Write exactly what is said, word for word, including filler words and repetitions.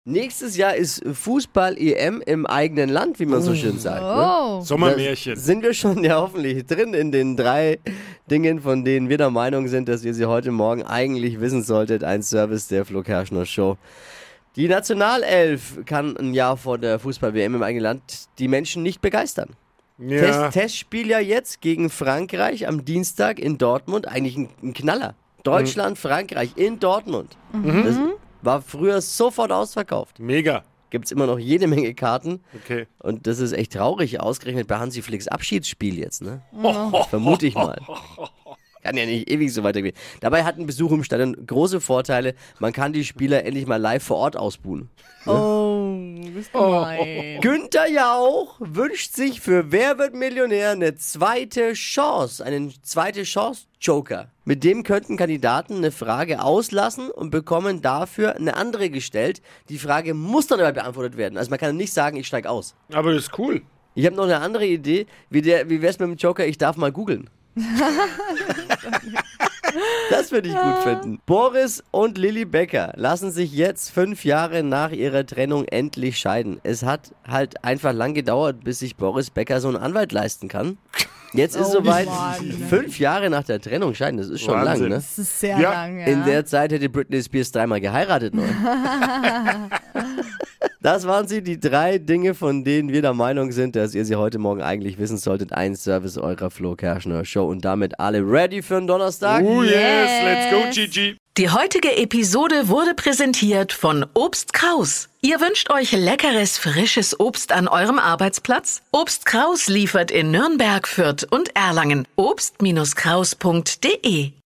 Nächstes Jahr ist Fußball-E M im eigenen Land, wie man so schön sagt. Oh. Ne? Sommermärchen. Da sind wir schon ja hoffentlich drin in den drei Dingen, von denen wir der Meinung sind, dass ihr sie heute Morgen eigentlich wissen solltet. Ein Service der Flo Kerschner Show. Die Nationalelf kann ein Jahr vor der Fußball-W M im eigenen Land die Menschen nicht begeistern. Ja. Test, Testspiel ja jetzt gegen Frankreich am Dienstag in Dortmund. Eigentlich ein, ein Knaller. Deutschland, mhm. Frankreich in Dortmund. Mhm. Das war früher sofort ausverkauft. Mega. Gibt es immer noch jede Menge Karten. Okay. Und das ist echt traurig, ausgerechnet bei Hansi Flicks Abschiedsspiel jetzt, ne? Oh. Vermute ich mal. Kann ja nicht ewig so weitergehen. Dabei hat ein Besuch im Stadion große Vorteile. Man kann die Spieler endlich mal live vor Ort ausbuhen. Ne? Oh, bist gemein. Günther Jauch wünscht sich für Wer wird Millionär eine zweite Chance, einen zweite Chance-Joker. Mit dem könnten Kandidaten eine Frage auslassen und bekommen dafür eine andere gestellt. Die Frage muss dann aber beantwortet werden. Also man kann nicht sagen, ich steige aus. Aber das ist cool. Ich habe noch eine andere Idee. Wie, der, wie wär's mit dem Joker, ich darf mal googeln. Das würde ich gut finden. Boris und Lilly Becker lassen sich jetzt fünf Jahre nach ihrer Trennung endlich scheiden. Es hat halt einfach lang gedauert, bis sich Boris Becker so einen Anwalt leisten kann. Jetzt ist Oh soweit, Mann. fünf Jahre nach der Trennung scheiden, das ist schon Wahnsinn. lang, ne? Das ist sehr Ja. lang, ja. In der Zeit hätte Britney Spears dreimal geheiratet neu. Das waren sie, die drei Dinge, von denen wir der Meinung sind, dass ihr sie heute Morgen eigentlich wissen solltet. Ein Service eurer Flo Kerschner Show und damit alle ready für den Donnerstag? Oh yes, Yes. let's go Gigi. Die heutige Episode wurde präsentiert von Obst Kraus. Ihr wünscht euch leckeres, frisches Obst an eurem Arbeitsplatz? Obst Kraus liefert in Nürnberg, Fürth und Erlangen. obst Kraus punkt de